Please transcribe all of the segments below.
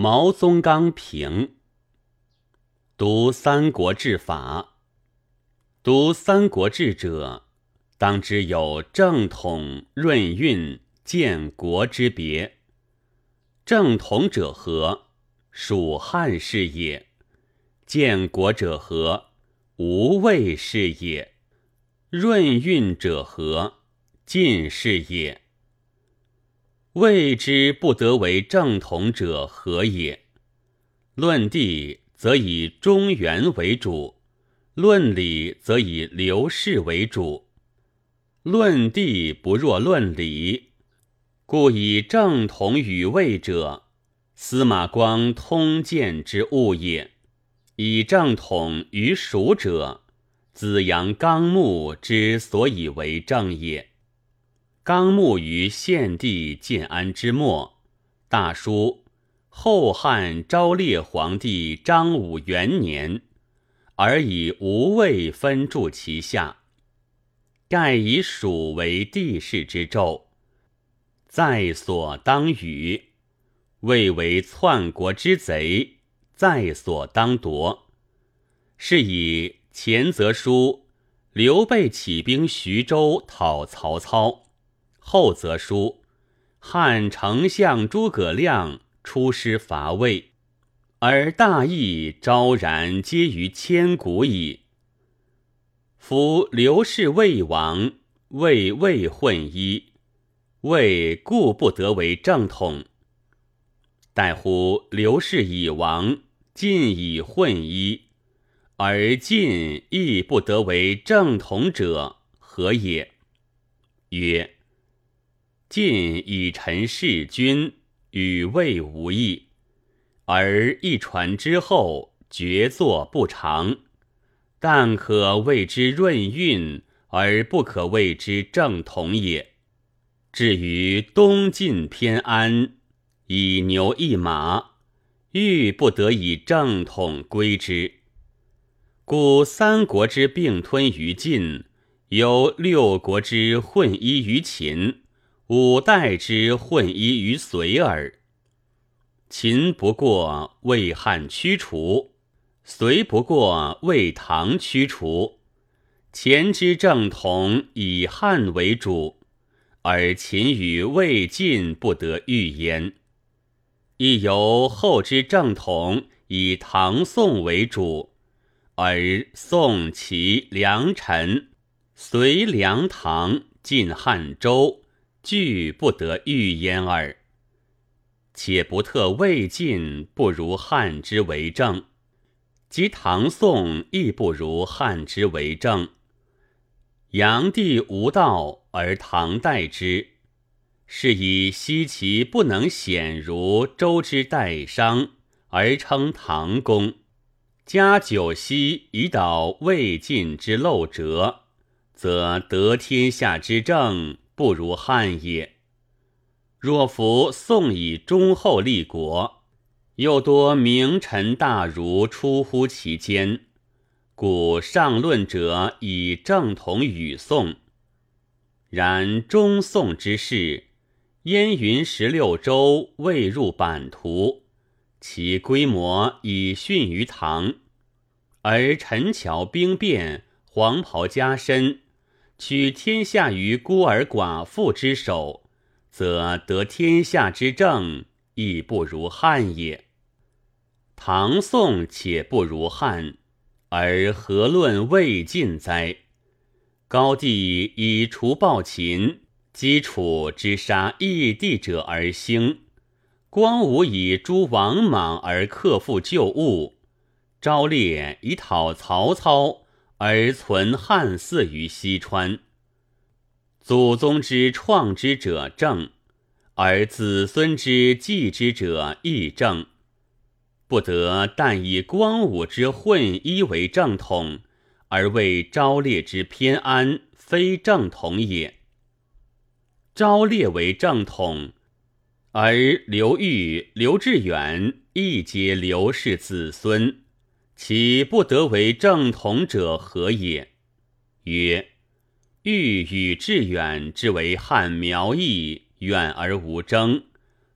毛宗刚评。读《三国志》法，读《三国志》者，当知有正统、润运、建国之别。正统者何？蜀汉是也。建国者何？吴魏是也。润运者何？晋是也。谓之不得为正统者何也？论地则以中原为主，论理则以刘氏为主。论地不若论理，故以正统与魏者，司马光通鉴之物也；以正统于蜀者，子阳纲目之所以为正也。纲目于献帝建安之末，大书后汉昭烈皇帝张武元年，而以吴魏分著其下，盖以蜀为帝室之胄，在所当与；魏为篡国之贼，在所当夺。是以前则书刘备起兵徐州讨曹操，后则书汉丞相诸葛亮出师伐魏，而大义昭然皆于千古矣。夫刘氏魏王，魏魏混一，魏故不得为正统。待乎刘氏已亡，晋已混一，而晋亦不得为正统者何也？曰：晋以陈弑君，与魏无异，而一传之后，绝作不长，但可谓之润运，而不可谓之正统也。至于东晋偏安，以牛一马，欲不得以正统归之。故三国之并吞于晋，有六国之混一于秦，五代之混一于隋耳。秦不过魏汉驱除，隋不过魏唐驱除。前之正统以汉为主，而秦与魏晋不得御焉。亦由后之正统以唐宋为主，而宋齐梁陈隋梁唐晋汉周俱不得御焉耳。且不特魏晋不如汉之为正，及唐宋亦不如汉之为正。炀帝无道而唐代之，是以西岐不能显如周之代商，而称唐公。加九锡以导魏晋之陋辙，则得天下之政不如汉也。若夫宋以忠厚立国，又多名臣大儒出乎其间，故上论者以正统与宋。然中宋之事，燕云16州未入版图，其规模已逊于唐。而陈桥兵变，黄袍加身，取天下于孤儿寡妇之手，则得天下之政亦不如汉也。唐宋且不如汉，而何论魏晋哉？高帝以除暴秦，击楚之杀异地者而兴，光武以诛王莽而克复旧物，昭烈以讨曹操而存汉嗣于西川。祖宗之创之者正，而子孙之继之者亦正，不得但以光武之混一为正统，而谓昭烈之偏安非正统也。昭烈为正统，而刘裕、刘志远亦皆刘氏子孙，其不得为正统者何也？曰：裕与志远之为汉苗裔，远而无争，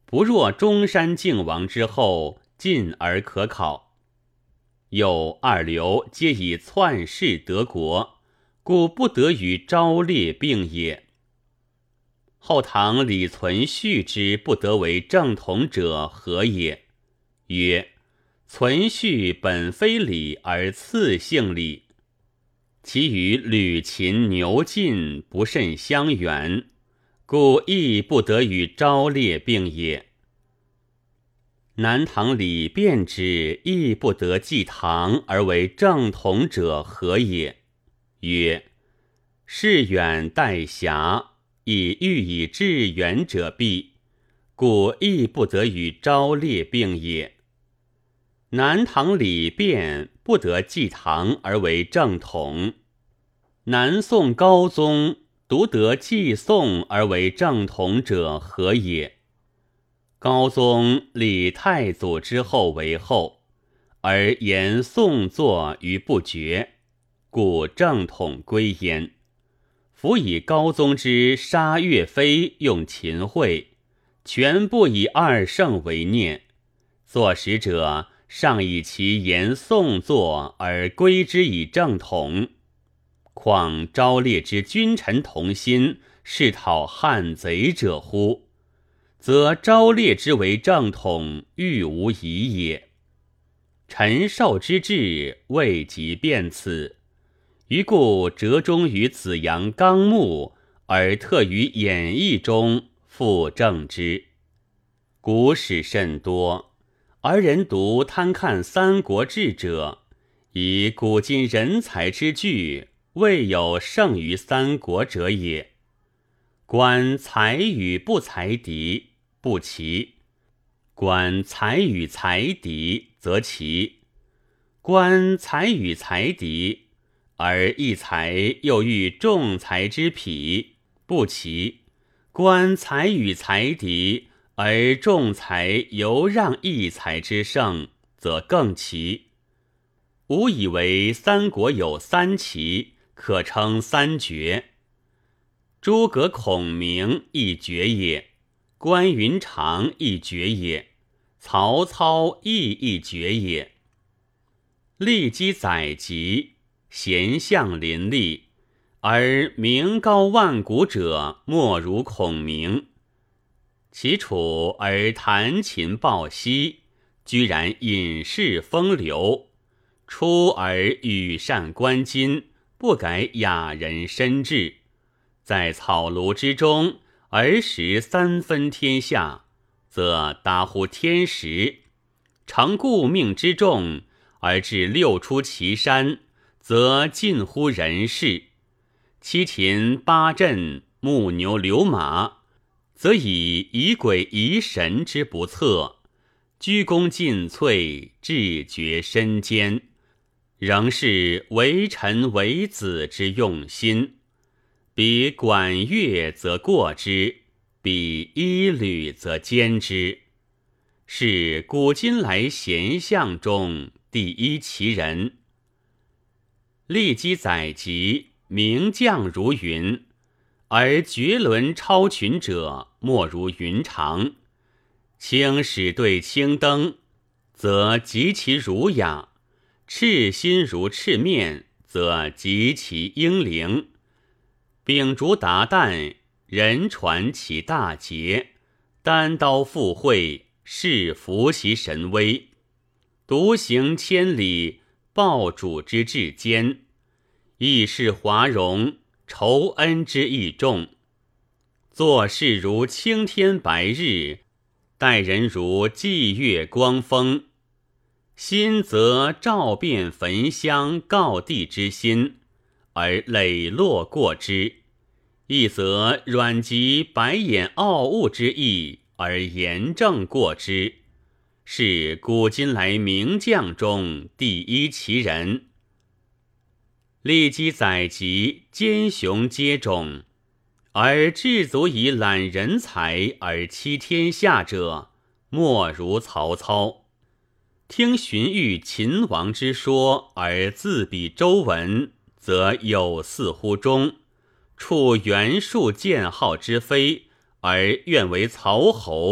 不若中山靖王之后，进而可考。又二流皆以篡弑得国，故不得与昭烈并也。后唐李存勖之不得为正统者何也？曰：存勖本非礼而次姓礼，其与吕秦牛晋不甚相远，故亦不得与昭烈并也。南唐李变之亦不得继唐而为正统者何也？曰：士远待狭，以欲以致远者必，故亦不得与昭烈并也。南唐李变不得继唐而为正统，南宋高宗独得继宋而为正统者何也？高宗立太祖之后为后，而言宋作于不绝，故正统归焉。夫以高宗之杀岳飞用秦桧，全不以二圣为念。作史者尚以其言宋作而归之以正统，况昭烈之君臣同心，是讨汉贼者乎？则昭烈之为正统，欲无疑也。陈寿之志未及变此，于故折中于子阳纲目，而特于演义中复正之。古史甚多，而人读贪看《三国志》者，以古今人才之具，未有胜于三国者也。观才与不才敌，不齐；观才与才敌，则齐；观才与才敌，而一才又遇众才之匹，不齐；观才与才敌，而众才犹让一才之胜，则更齐。吾以为三国有三奇，可称三绝。诸葛孔明一绝也，关云长一绝也，曹操亦一绝也。历积载籍，贤相林立，而名高万古者莫如孔明。其处而弹琴抱膝，居然隐士风流；出而羽扇纶巾，不改雅人身志。在草庐之中，而识三分天下，则达乎天时；成故命之众，而至六出祁山，则近乎人事；七擒八阵，木牛流马，则以疑鬼疑神之不测，鞠躬尽瘁，志绝身坚，仍是为臣为子之用心。比管乐则过之，比衣履则兼之，是古今来贤相中第一奇人。历积载籍，名将如云，而绝伦超群者莫如云长。青史对青灯，则极其儒雅；赤心如赤面，则极其英灵。秉烛达旦，人传其大节；单刀赴会，是服其神威。独行千里，报主之至坚；义士华容，仇恩之义重。做事如青天白日，待人如霁月光风。心则照遍焚香告地之心，而磊落过之；义则软及白眼傲物之意，而严正过之。是古今来名将中第一奇人。历积载籍，奸雄皆种，而至足以揽人才而欺天下者，莫如曹操。听荀彧秦王之说，而自比周文，则有似乎中；处袁术建号之非，而愿为曹侯，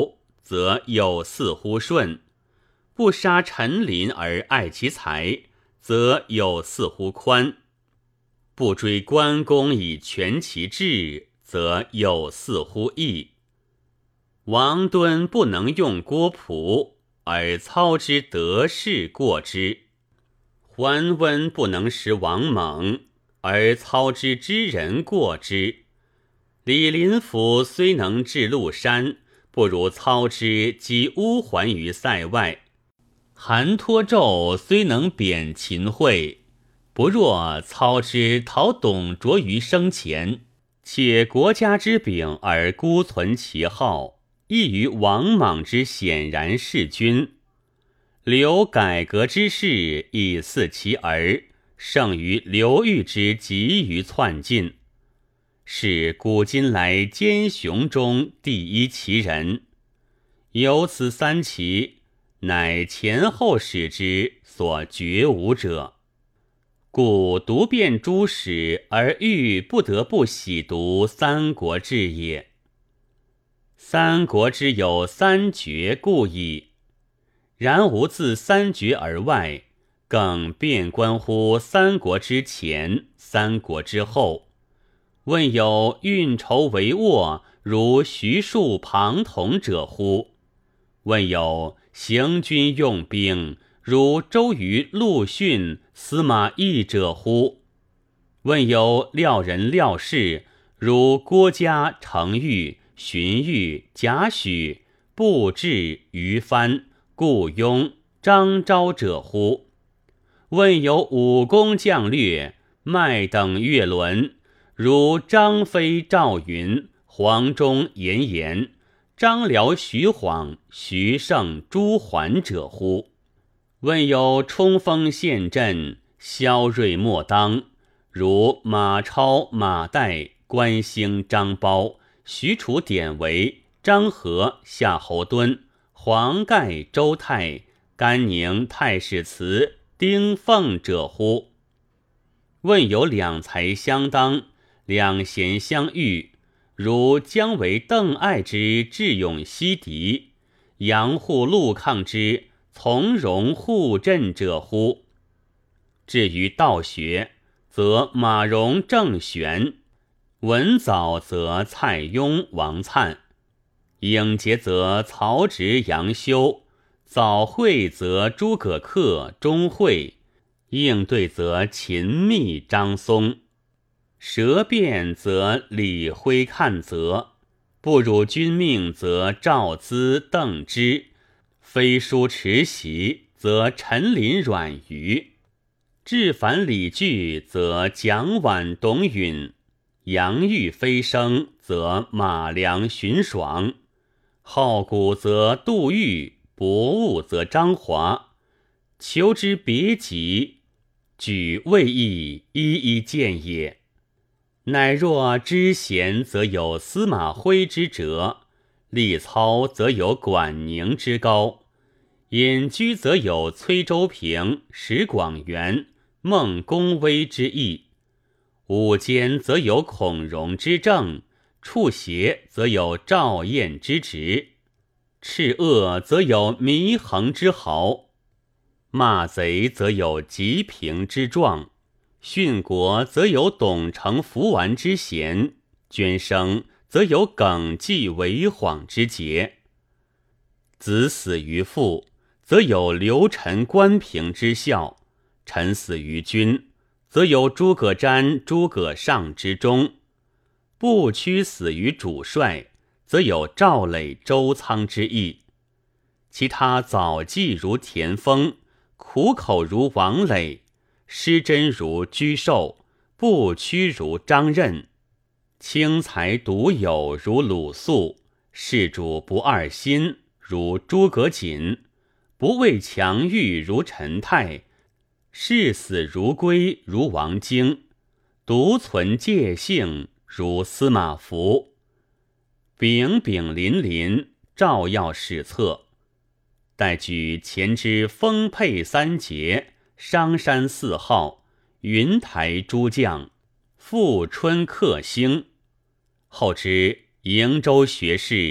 则有似乎顺；不杀陈琳而爱其才，则有似乎宽；不追关公以全其志，则有似乎义。王敦不能用郭璞，而操之得势过之；桓温不能识王猛，而操之知人过之；李林甫虽能治陆山，不如操之击乌桓于塞外；韩托胄虽能贬秦桧，不若操之讨董卓于生前。且国家之柄而孤存其号，异于王莽之显然弑君。刘改革之事以似其儿，胜于刘裕之急于窜进，是古今来奸雄中第一奇人。由此三奇，乃前后史之所绝无者。故读遍诸史而欲不得不喜读《三国志》也。三国之有三绝故矣。然无自三绝而外，更遍观乎三国之前、三国之后。问有运筹帷幄如徐庶、庞统者乎？问有行军用兵如周瑜、陆逊、司马懿者乎？问有料人料事如郭嘉、程昱、荀彧、贾诩、布置、于藩、顾雍、张昭者乎？问有武功将略麦等月轮如张飞、赵云、黄忠、严颜、张辽、徐晃、徐盛、朱桓者乎？问有冲锋陷阵骁锐莫当如马超、马岱、关兴、张苞、许褚、典韦、张合、夏侯惇、黄盖、周泰、甘宁、太史慈、丁奉者乎？问有两才相当、两贤相遇，如姜维、邓艾之智勇西敌，杨户、陆抗之从容护阵者乎？至于道学，则马融、郑玄；文藻则蔡邕、王粲；影节则曹植、杨修；藻会则诸葛恪、钟会；应对则秦密、张松；舌辩则李辉、看泽；不辱君命则赵咨、邓芝；非书持习则陈琳、阮瑜；治反理据则蒋琬、董允；扬誉飞升则马良、荀爽；好古则杜预；博物则张华；求之别己，举未易，一一见也。乃若知贤则有司马徽之哲，力操则有管宁之高，隐居则有崔州平、石广元、孟公威之义，武坚则有孔融之正，处邪则有赵燕之直，斥恶则有祢衡之豪，骂贼则有吉平之壮，殉国则有董承、伏完之贤，捐生则有耿纪、韦晃之节。子死于父，则有刘陈、关平之孝；臣死于君，则有诸葛瞻、诸葛尚之忠；不屈死于主帅，则有赵磊、周仓之义。其他早纪如田丰，苦口如王磊，失真如居寿，不屈如张任，轻才独有如鲁肃，事主不二心如诸葛瑾，不畏强欲如陈泰，视死如归如王经，独存戒性如司马孚。丙丙林林，照耀史册。待举前之丰沛三杰、商山四号、云台诸将、富春克星，后之瀛州学士、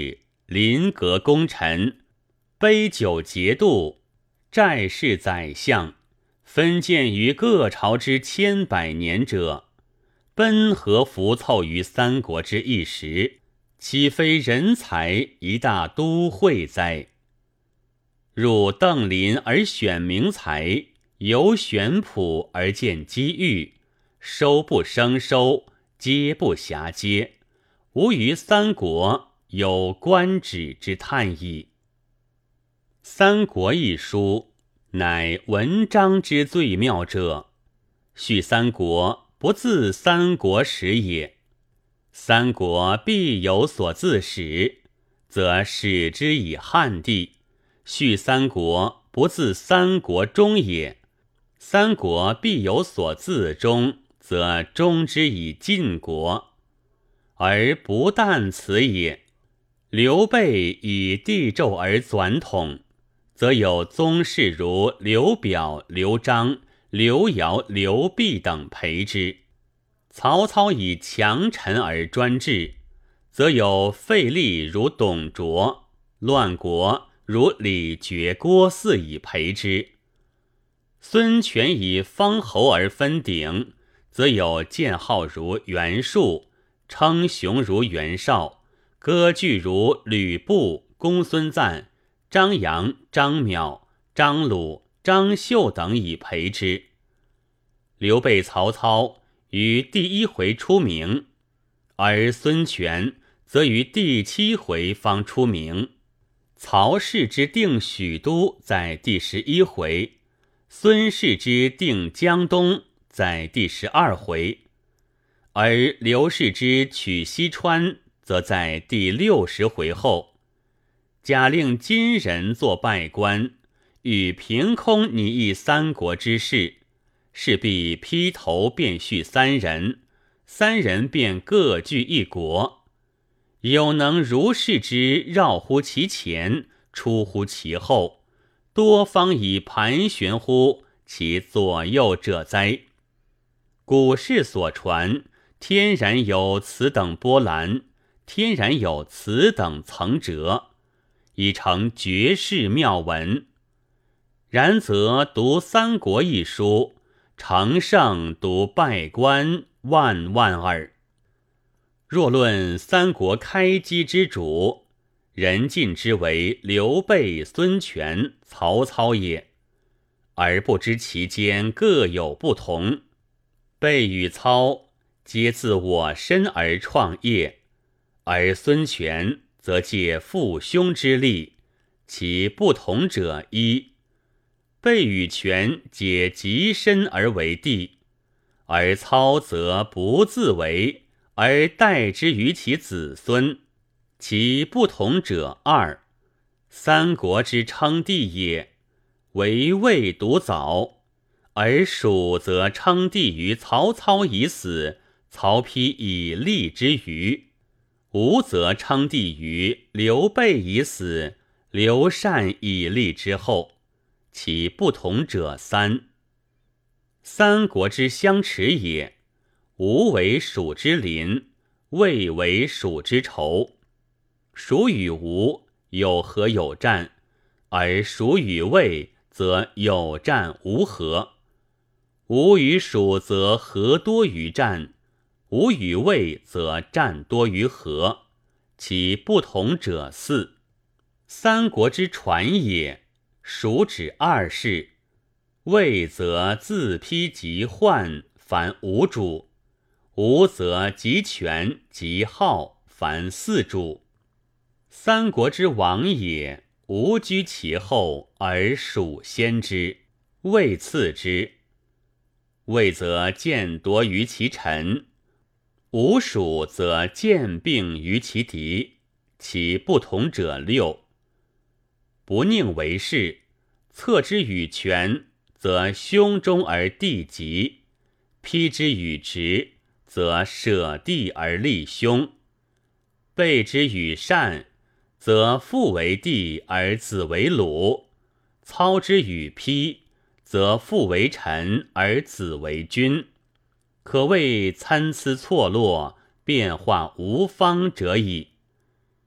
临阁功臣，杯酒节度，寨士宰相，分见于各朝之100年者，奔何浮凑于三国之一时？岂非人才一大都会哉？入邓林而选名才，游选圃而见机遇，收不胜收，接不暇接，吾于三国有观止之叹矣。三国一书，乃文章之最妙者，叙三国不自三国始也。三国必有所自始，则始之以汉帝；叙三国不自三国终也。三国必有所自终，则终之以晋国。而不但此也，刘备以帝胄而纂统，则有宗室如刘表、刘璋、刘繇、刘濞等陪之。曹操以强臣而专制，则有费力如董卓，乱国如李傕、郭汜以陪之。孙权以方侯而分鼎，则有建号如袁术，称雄如袁绍，割据如吕布、公孙瓒、张扬、张邈、张鲁、张绣等以陪之。刘备、曹操于第1回出名，而孙权则于第7回方出名。曹氏之定许都在第11回，孙氏之定江东在第12回，而刘氏之取西川则在第60回后。假令今人作拜官，欲凭空拟议三国之事，势必披头便叙3人，3人便各据一国。有能如是之绕乎其前，出乎其后，多方以盘旋乎其左右者哉？古事所传，天然有此等波澜，天然有此等层折，已成绝世妙文。然则读三国一书，成胜读拜官万万耳。若论三国开基之主，人尽之为刘备、孙权、曹操也，而不知其间各有不同。备与操皆自我身而创业，而孙权则借父兄之力，其不同者一。备与权皆极身而为帝，而操则不自为，而代之于其子孙，其不同者二。三国之称帝也，为魏独早，而蜀则称帝于曹操已死，曹丕以立之余；吴则称帝于刘备已死，刘禅以立之后。其不同者三。三国之相持也，吴为蜀之邻，魏为蜀之仇。蜀与吴有和有战，而蜀与魏则有战无和。吴与蜀则和多于战，吴与魏则战多于和，其不同者四。三国之传也，蜀指二世，魏则自披即患，凡五主；吴则集权即号，凡四主。三国之王也，吴居其后，而蜀先之，魏次之。魏则见夺于其臣，吴蜀则见并于其敌，其不同者六。不宁为事，策之与权，则兄终而弟及；披之与直，则舍弟而立兄；备之与善，则父为帝而子为鲁；操之与丕，则父为臣而子为君。可谓参差错落，变化无方者矣。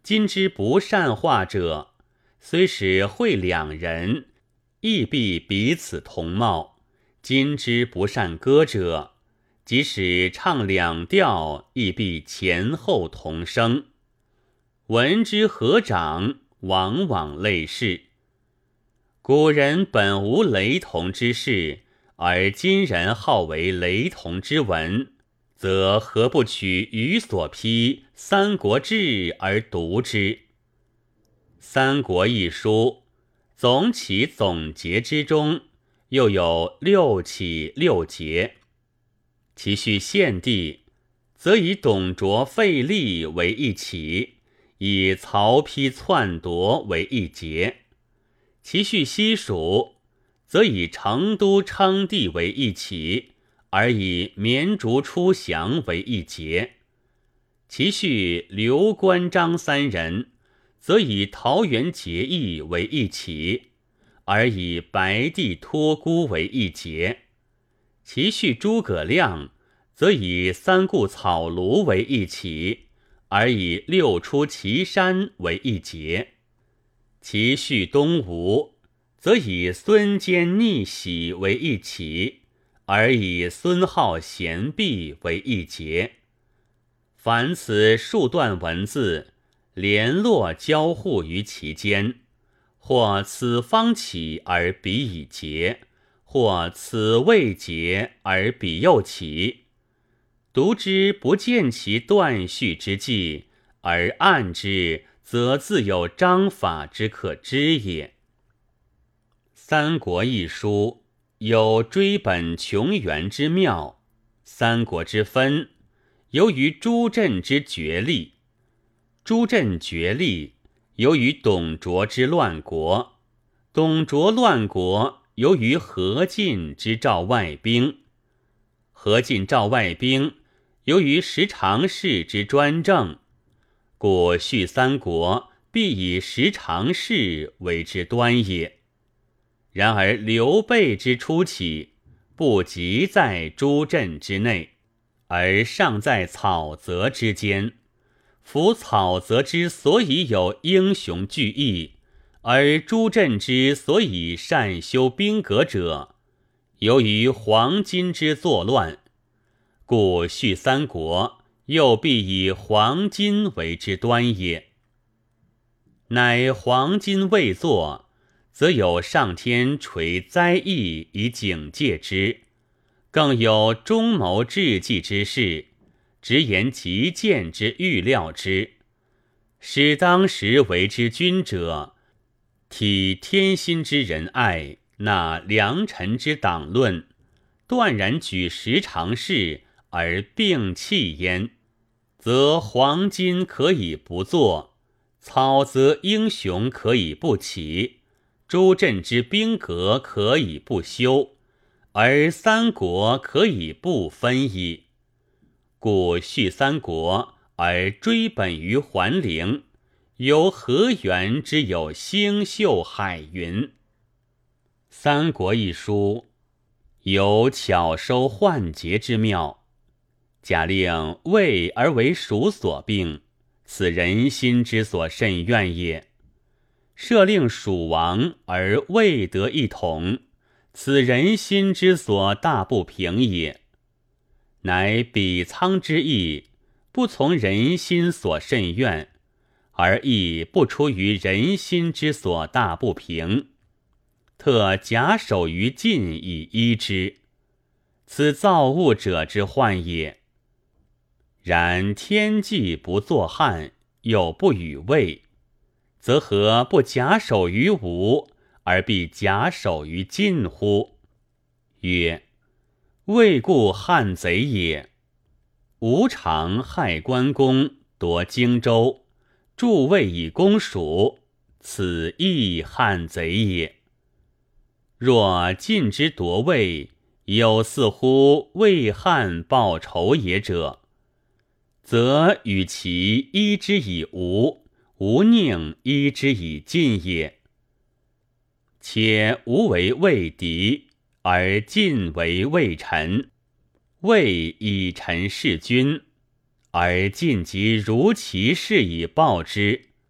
今之不善画者，虽使会两人，亦必彼此同貌；今之不善歌者，即使唱两调，亦必前后同声。闻之合掌，往往类似。古人本无雷同之事，而今人好为雷同之文，则何不取予所批《三国志》而读之？《三国》一书，总起总结之中，又有六起六节。其序献帝，则以董卓废立为一起，以曹丕篡夺为一节；其序西蜀，则以成都称帝为一起，而以绵竹出降为一节；其序刘关张三人，则以桃园结义为一起，而以白帝托孤为一节；其序诸葛亮，则以三顾草庐为一起，而以六出祁山为一节；其序东吴，则以孙坚逆袭为一起，而以孙皓贤璧为一节。凡此数段文字，联络交互于其间，或此方起而彼已结，或此未结而彼又起。读之不见其断续之迹，而按之，则自有章法之可知也。《三国》一书有追本穷源之妙，三国之分，由于朱震之决力；朱震决力，由于董卓之乱国；董卓乱国，由于何进之召外兵；何进召外兵，由于十常侍之专政。故续三国，必以十常侍为之端也。然而刘备之初起，不及在朱震之内，而尚在草泽之间。夫草泽之所以有英雄聚义，而朱震之所以善修兵革者，由于黄巾之作乱。故续三国，又必以黄巾为之端也。乃黄巾未作，则有上天垂灾异以警戒之，更有中谋智计之事，直言极见之预料之。使当时为之君者，体天心之仁爱，纳良臣之党论，断然举十常侍而并弃焉，则黄巾可以不作，草泽英雄可以不起，朱震之兵革可以不修，而三国可以不分矣。故续三国而追本于桓灵，由何源之有星宿海云。三国一书有巧收幻结之妙，假令魏而为蜀所并，此人心之所甚愿也；设令蜀亡而魏得一统，此人心之所大不平也。乃比苍之意，不从人心所甚愿，而亦不出于人心之所大不平，特假手于晋以依之，此造物者之患也。然天既不作汉，又不与魏，则何不假手于吴，而必假手于晋乎？曰：魏故汉贼也。吴常害关公，夺荆州，助魏以攻蜀，此亦汉贼也。若晋之夺魏，有似乎魏汉报仇也者，则与其依之以吴，吴宁依之以晋也。且吴为魏敌，而晋为魏臣，魏以臣弑君，而晋即如其事以报之，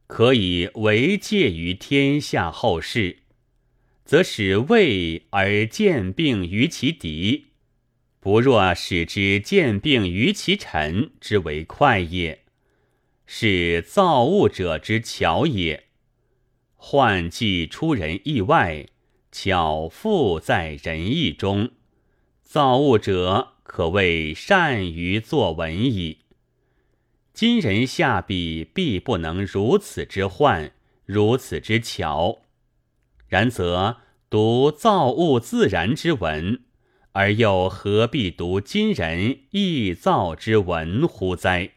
可以为戒于天下后世，则使畏而见病于其敌，不若使之见病于其臣之为快也，是造物者之巧也。患既出人意外，巧复在人意中，造物者可谓善于作文矣。今人下笔必不能如此之患，如此之巧。然则读造物自然之文，而又何必读今人臆造之文乎哉？